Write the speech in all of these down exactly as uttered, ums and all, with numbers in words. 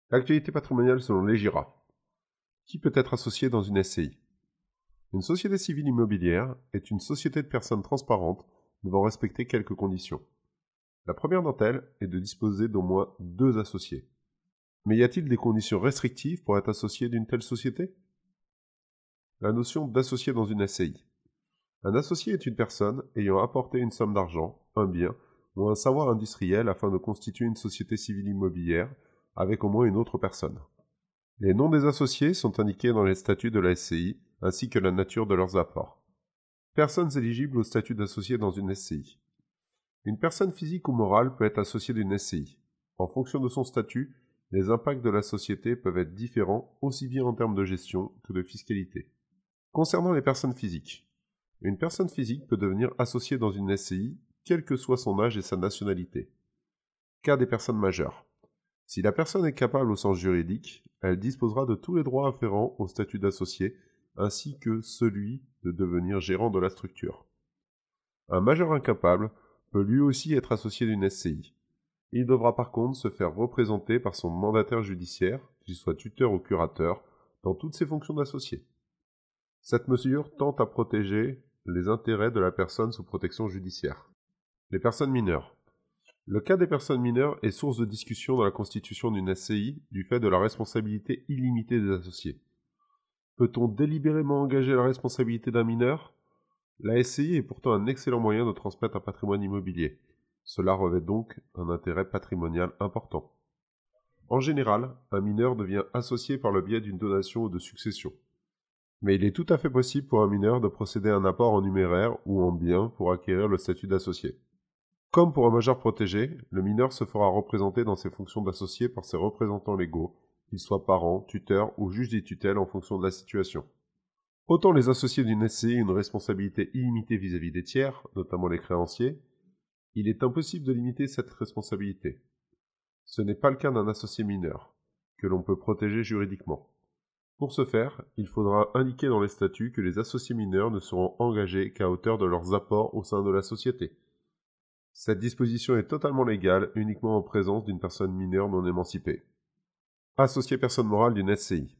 L'actualité patrimoniale selon l'EGIRA. Qui peut être associé dans une S C I? Une société civile immobilière est une société de personnes transparentes devant respecter quelques conditions. La première d'entre elles est de disposer d'au moins deux associés. Mais y a-t-il des conditions restrictives pour être associé d'une telle société? La notion d'associé dans une S C I. Un associé est une personne ayant apporté une somme d'argent, un bien ou un savoir industriel afin de constituer une société civile immobilière avec au moins une autre personne. Les noms des associés sont indiqués dans les statuts de la S C I ainsi que la nature de leurs apports. Personnes éligibles au statut d'associé dans une S C I. Une personne physique ou morale peut être associée d'une S C I. En fonction de son statut, les impacts de la société peuvent être différents aussi bien en termes de gestion que de fiscalité. Concernant les personnes physiques, une personne physique peut devenir associée dans une S C I, quel que soit son âge et sa nationalité. Cas des personnes majeures. Si la personne est capable au sens juridique, elle disposera de tous les droits afférents au statut d'associé, ainsi que celui de devenir gérant de la structure. Un majeur incapable peut lui aussi être associé d'une S C I. Il devra par contre se faire représenter par son mandataire judiciaire, qu'il soit tuteur ou curateur, dans toutes ses fonctions d'associé. Cette mesure tente à protéger les intérêts de la personne sous protection judiciaire. Les personnes mineures. Le cas des personnes mineures est source de discussion dans la constitution d'une S C I du fait de la responsabilité illimitée des associés. Peut-on délibérément engager la responsabilité d'un mineur? La S C I est pourtant un excellent moyen de transmettre un patrimoine immobilier. Cela revêt donc un intérêt patrimonial important. En général, un mineur devient associé par le biais d'une donation ou de succession. Mais il est tout à fait possible pour un mineur de procéder à un apport en numéraire ou en bien pour acquérir le statut d'associé. Comme pour un majeur protégé, le mineur se fera représenter dans ses fonctions d'associé par ses représentants légaux, qu'ils soient parents, tuteurs ou juges des tutelles en fonction de la situation. Autant les associés d'une S C I ont une responsabilité illimitée vis-à-vis des tiers, notamment les créanciers, il est impossible de limiter cette responsabilité. Ce n'est pas le cas d'un associé mineur, que l'on peut protéger juridiquement. Pour ce faire, il faudra indiquer dans les statuts que les associés mineurs ne seront engagés qu'à hauteur de leurs apports au sein de la société. Cette disposition est totalement légale uniquement en présence d'une personne mineure non émancipée. Associé personne morale d'une S C I.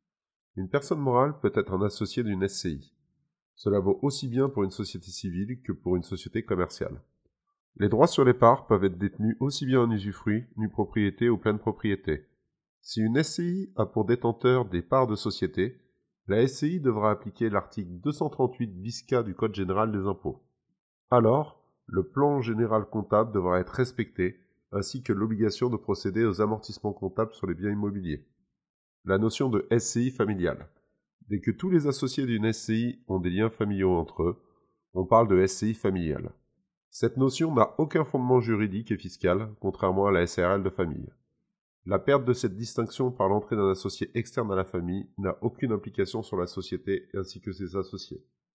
Une personne morale peut être un associé d'une S C I. Cela vaut aussi bien pour une société civile que pour une société commerciale. Les droits sur les parts peuvent être détenus aussi bien en usufruit, nue propriété ou pleine propriété. Si une S C I a pour détenteur des parts de société, la S C I devra appliquer l'article deux cent trente-huit bis K du Code général des impôts. Alors, le plan général comptable devra être respecté, ainsi que l'obligation de procéder aux amortissements comptables sur les biens immobiliers. La notion de S C I familiale. Dès que tous les associés d'une S C I ont des liens familiaux entre eux, on parle de S C I familiale. Cette notion n'a aucun fondement juridique et fiscal, contrairement à la S A R L de famille. La perte de cette distinction par l'entrée d'un associé externe à la famille n'a aucune implication sur la société ainsi que ses associés.